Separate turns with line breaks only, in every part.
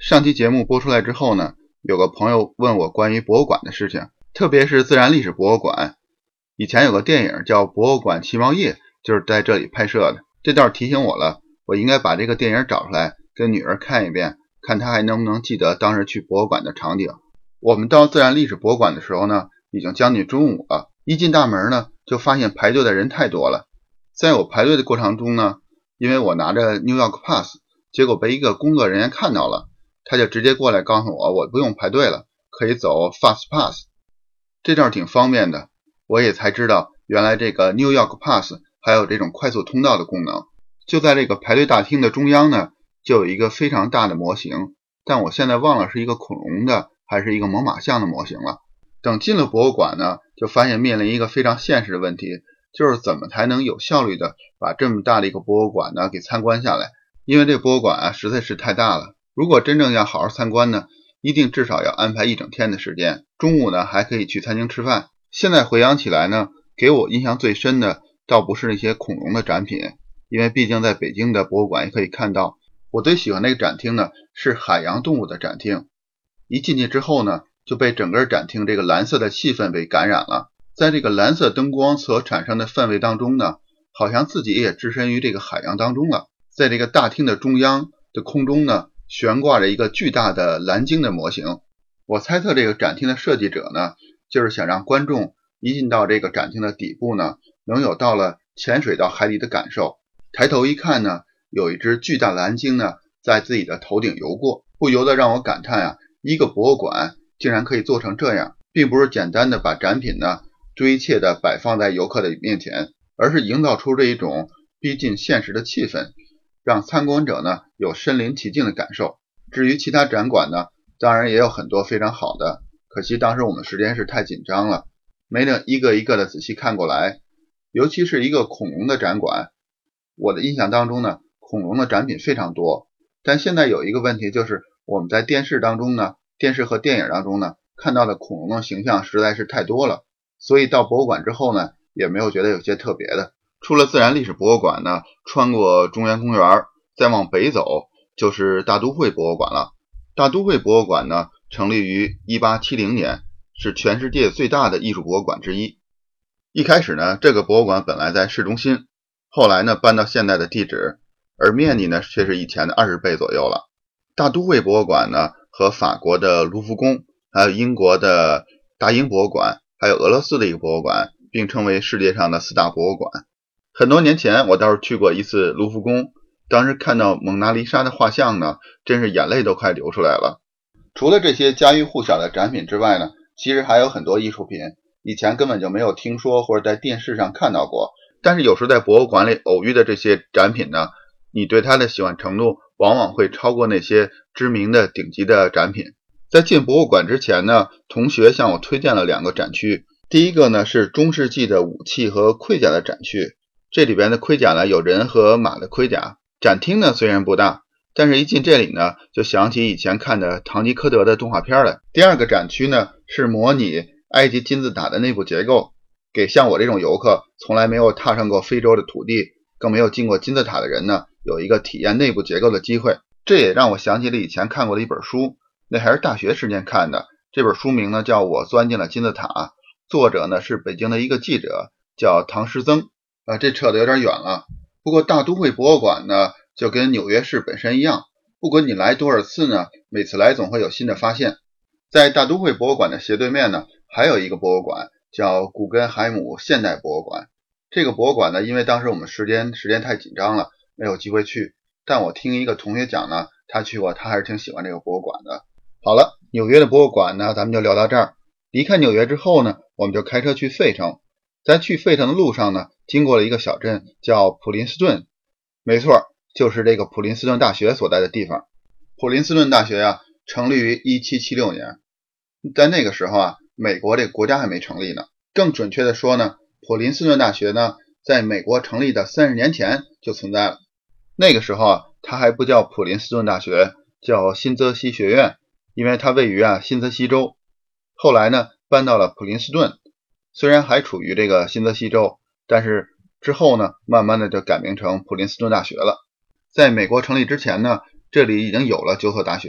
上期节目播出来之后呢，有个朋友问我关于博物馆的事情，特别是自然历史博物馆。以前有个电影叫《博物馆奇妙夜》，就是在这里拍摄的。这倒是提醒我了，我应该把这个电影找出来跟女儿看一遍，看她还能不能记得当时去博物馆的场景。我们到自然历史博物馆的时候呢，已经将近中午了。一进大门呢，就发现排队的人太多了。在我排队的过程中呢，因为我拿着 New York Pass， 结果被一个工作人员看到了，他就直接过来告诉我不用排队了，可以走 Fast Pass。 这倒是挺方便的，我也才知道原来这个 New York Pass 还有这种快速通道的功能。就在这个排队大厅的中央呢，就有一个非常大的模型，但我现在忘了是一个恐龙的还是一个猛犸象的模型了。等进了博物馆呢，就发现面临一个非常现实的问题，就是怎么才能有效率的把这么大的一个博物馆呢给参观下来。因为这博物馆实在是太大了，如果真正要好好参观呢，一定至少要安排一整天的时间，中午呢还可以去餐厅吃饭。现在回想起来呢，给我印象最深的倒不是那些恐龙的展品，因为毕竟在北京的博物馆也可以看到。我最喜欢那个展厅呢是海洋动物的展厅，一进去之后呢，就被整个展厅这个蓝色的气氛被感染了。在这个蓝色灯光所产生的氛围当中呢，好像自己也置身于这个海洋当中了。在这个大厅的中央的空中呢，悬挂着一个巨大的蓝鲸的模型。我猜测这个展厅的设计者呢，就是想让观众一进到这个展厅的底部呢，能有到了潜水到海底的感受。抬头一看呢，有一只巨大蓝鲸呢在自己的头顶游过，不由得让我感叹啊，一个博物馆竟然可以做成这样，并不是简单的把展品呢堆砌的摆放在游客的面前，而是营造出这一种逼近现实的气氛，让参观者呢有身临其境的感受。至于其他展馆呢，当然也有很多非常好的，可惜当时我们时间是太紧张了，没能一个一个的仔细看过来。尤其是一个恐龙的展馆，我的印象当中呢，恐龙的展品非常多，但现在有一个问题，就是我们在电视当中呢，电视和电影当中呢，看到的恐龙的形象实在是太多了，所以到博物馆之后呢，也没有觉得有些特别的。除了自然历史博物馆呢，穿过中央公园，再往北走就是大都会博物馆了。大都会博物馆呢，成立于1870年，是全世界最大的艺术博物馆之一。一开始呢，这个博物馆本来在市中心，后来呢搬到现在的地址，而面积呢却是以前的20倍左右了。大都会博物馆呢，和法国的卢浮宫，还有英国的大英博物馆，还有俄罗斯的一个博物馆，并称为世界上的4大博物馆。很多年前我倒是去过一次卢浮宫，当时看到蒙娜丽莎的画像呢，真是眼泪都快流出来了。除了这些家喻户晓的展品之外呢，其实还有很多艺术品，以前根本就没有听说或者在电视上看到过，但是有时在博物馆里偶遇的这些展品呢，你对它的喜欢程度往往会超过那些知名的顶级的展品。在进博物馆之前呢，同学向我推荐了2个展区。第一个呢是中世纪的武器和盔甲的展区，这里边的盔甲呢有人和马的盔甲。展厅呢虽然不大，但是一进这里呢，就想起以前看的唐吉诃德的动画片来。第二个展区呢是模拟埃及金字塔的内部结构，给像我这种游客从来没有踏上过非洲的土地，更没有进过金字塔的人呢，有一个体验内部结构的机会。这也让我想起了以前看过的一本书，那还是大学时间看的。这本书名呢叫《我钻进了金字塔》，作者呢是北京的一个记者，叫唐诗曾。这扯得有点远了。不过大都会博物馆呢，就跟纽约市本身一样，不管你来多少次呢，每次来总会有新的发现。在大都会博物馆的斜对面呢，还有一个博物馆叫古根海姆现代博物馆。这个博物馆呢，因为当时我们时间太紧张了，没有机会去，但我听一个同学讲呢，他去过，他还是挺喜欢这个博物馆的。好了，纽约的博物馆呢，咱们就聊到这儿。离开纽约之后呢，我们就开车去费城。在去费城的路上呢，经过了一个小镇叫普林斯顿，没错，就是这个普林斯顿大学所在的地方。普林斯顿大学啊，成立于1776年，在那个时候啊，美国这个国家还没成立呢。更准确的说呢，普林斯顿大学呢，在美国成立的30年前就存在了。那个时候啊，它还不叫普林斯顿大学，叫新泽西学院，因为它位于新泽西州。后来呢，搬到了普林斯顿，虽然还处于这个新泽西州，但是之后呢，慢慢的就改名成普林斯顿大学了。在美国成立之前呢，这里已经有了9所大学，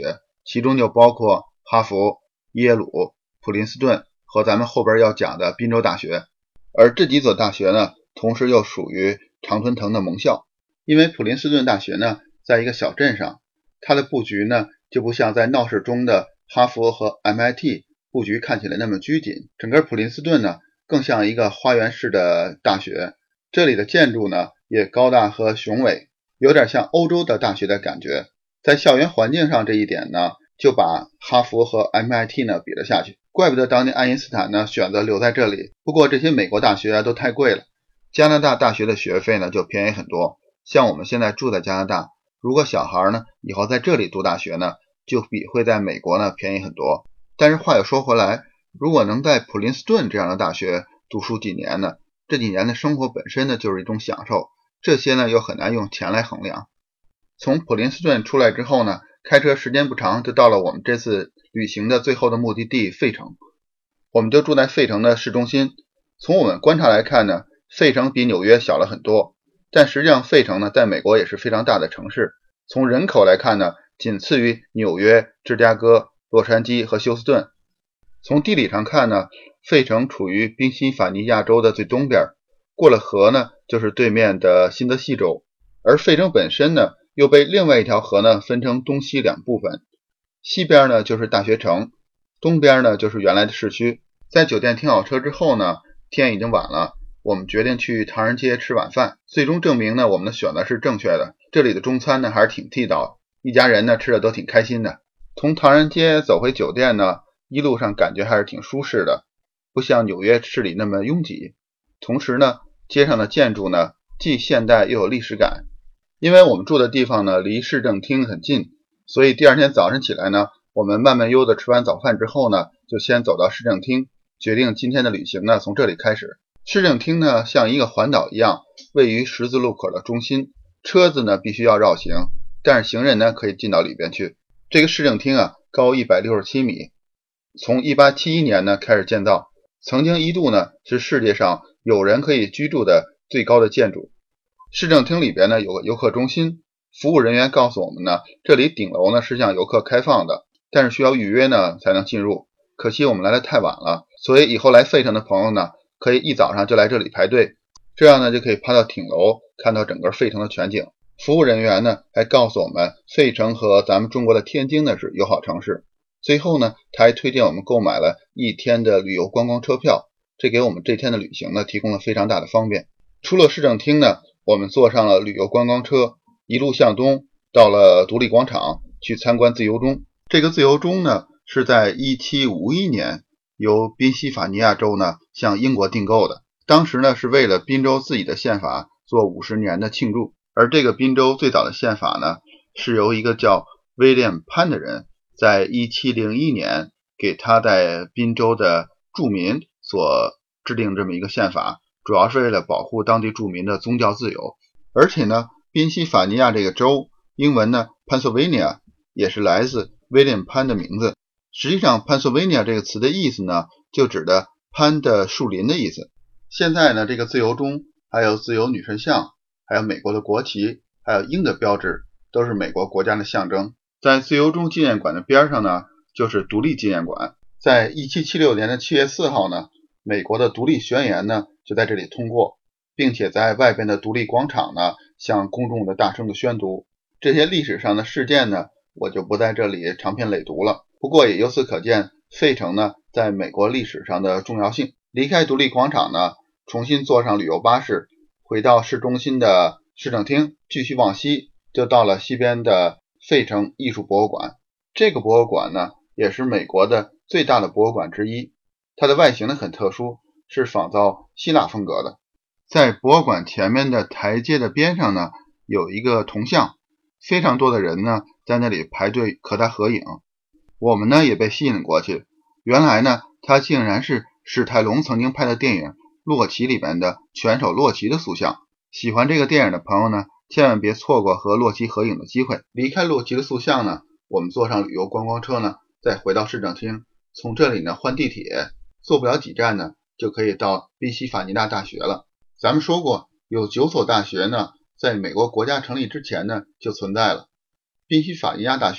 其中就包括哈佛、耶鲁、普林斯顿和咱们后边要讲的宾州大学。而这几所大学呢，同时又属于常春藤的盟校。因为普林斯顿大学呢，在一个小镇上，它的布局呢，就不像在闹市中的哈佛和 MIT 布局看起来那么拘谨。整个普林斯顿呢，更像一个花园式的大学，这里的建筑呢，也高大和雄伟，有点像欧洲的大学的感觉。在校园环境上这一点呢，就把哈佛和 MIT 呢比了下去。怪不得当年爱因斯坦呢选择留在这里。不过这些美国大学啊都太贵了，加拿大大学的学费呢就便宜很多。像我们现在住在加拿大，如果小孩呢以后在这里读大学呢，就比会在美国呢便宜很多。但是话又说回来，如果能在普林斯顿这样的大学读书几年呢，这几年的生活本身呢就是一种享受，这些呢又很难用钱来衡量。从普林斯顿出来之后呢，开车时间不长就到了我们这次旅行的最后的目的地费城。我们就住在费城的市中心。从我们观察来看呢，费城比纽约小了很多，但实际上费城呢在美国也是非常大的城市。从人口来看呢，仅次于纽约、芝加哥、洛杉矶和休斯顿。从地理上看呢，费城处于宾夕法尼亚州的最东边，过了河呢就是对面的新泽西州。而费城本身呢又被另外一条河呢分成东西两部分，西边呢就是大学城，东边呢就是原来的市区。在酒店停好车之后呢，天已经晚了，我们决定去唐人街吃晚饭。最终证明呢，我们的选择是正确的。这里的中餐呢还是挺地道，一家人呢吃的都挺开心的。从唐人街走回酒店呢，一路上感觉还是挺舒适的，不像纽约市里那么拥挤。同时呢，街上的建筑呢既现代又有历史感。因为我们住的地方呢离市政厅很近，所以第二天早上起来呢，我们慢慢悠的吃完早饭之后呢，就先走到市政厅，决定今天的旅行呢从这里开始。市政厅呢像一个环岛一样，位于十字路口的中心，车子呢必须要绕行，但是行人呢可以进到里边去。这个市政厅啊高167米，从1871年呢开始建造，曾经一度呢是世界上有人可以居住的最高的建筑。市政厅里边呢有个游客中心，服务人员告诉我们呢，这里顶楼呢是向游客开放的，但是需要预约呢才能进入。可惜我们来得太晚了，所以以后来费城的朋友呢，可以一早上就来这里排队，这样呢就可以爬到顶楼看到整个费城的全景。服务人员呢还告诉我们，费城和咱们中国的天津呢是友好城市。最后呢，他还推荐我们购买了一天的旅游观光车票，这给我们这天的旅行呢提供了非常大的方便。出了市政厅呢，我们坐上了旅游观光车，一路向东，到了独立广场去参观自由钟。这个自由钟呢，是在1751年由宾夕法尼亚州呢向英国订购的。当时呢是为了宾州自己的宪法做50年的庆祝。而这个宾州最早的宪法呢，是由一个叫威廉潘的人在1701年给他在宾州的住民所制定这么一个宪法，主要是为了保护当地住民的宗教自由。而且呢，宾夕法尼亚这个州，英文呢 Pennsylvania 也是来自威廉潘的名字。实际上 Pennsylvania 这个词的意思呢，就指的潘的树林的意思。现在呢，这个自由钟还有自由女神像，还有美国的国旗，还有鹰的标志，都是美国国家的象征。在自由钟纪念馆的边上呢，就是独立纪念馆。在1776年的7月4号呢，美国的独立宣言呢就在这里通过，并且在外边的独立广场呢向公众的大声的宣读。这些历史上的事件呢，我就不在这里长篇累读了。不过也由此可见，费城呢在美国历史上的重要性。离开独立广场呢，重新坐上旅游巴士，回到市中心的市政厅，继续往西，就到了西边的费城艺术博物馆。这个博物馆呢，也是美国的最大的博物馆之一。它的外形呢很特殊，是仿造希腊风格的。在博物馆前面的台阶的边上呢，有一个铜像，非常多的人呢在那里排队和它合影。我们呢也被吸引过去，原来呢它竟然是史泰龙曾经拍的电影《洛奇》里面的拳手洛奇的塑像。喜欢这个电影的朋友呢，千万别错过和洛奇合影的机会。离开洛奇的塑像呢，我们坐上旅游观光车呢，再回到市政厅，从这里呢换地铁，坐不了几站呢，就可以到宾夕法尼亚大学了。咱们说过，有9所大学呢，在美国国家成立之前呢就存在了。宾夕法尼亚大学呢，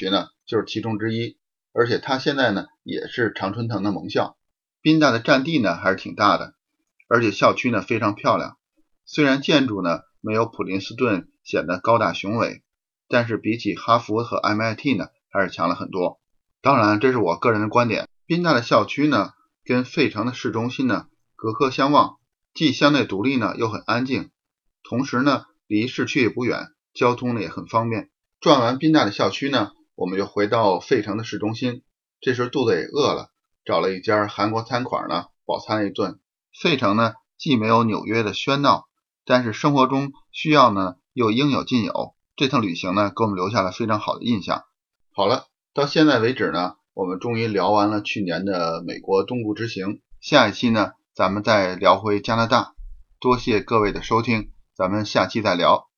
就是其中之一，而且它现在呢也是常春藤的盟校。宾大的占地呢还是挺大的，而且校区呢非常漂亮。虽然建筑呢没有普林斯顿显得高大雄伟，但是比起哈佛和 MIT 呢还是强了很多。当然这是我个人的观点。宾大的校区呢跟费城的市中心呢隔河相望，既相对独立呢又很安静，同时呢离市区也不远，交通呢也很方便。转完宾大的校区呢，我们就回到费城的市中心。这时候肚子也饿了，找了一家韩国餐馆呢饱餐了一顿。费城呢既没有纽约的喧闹，但是生活中需要呢又应有尽有。这趟旅行呢给我们留下了非常好的印象。好了，到现在为止呢，我们终于聊完了去年的美国东部之行。下一期呢咱们再聊回加拿大。多谢各位的收听，咱们下期再聊。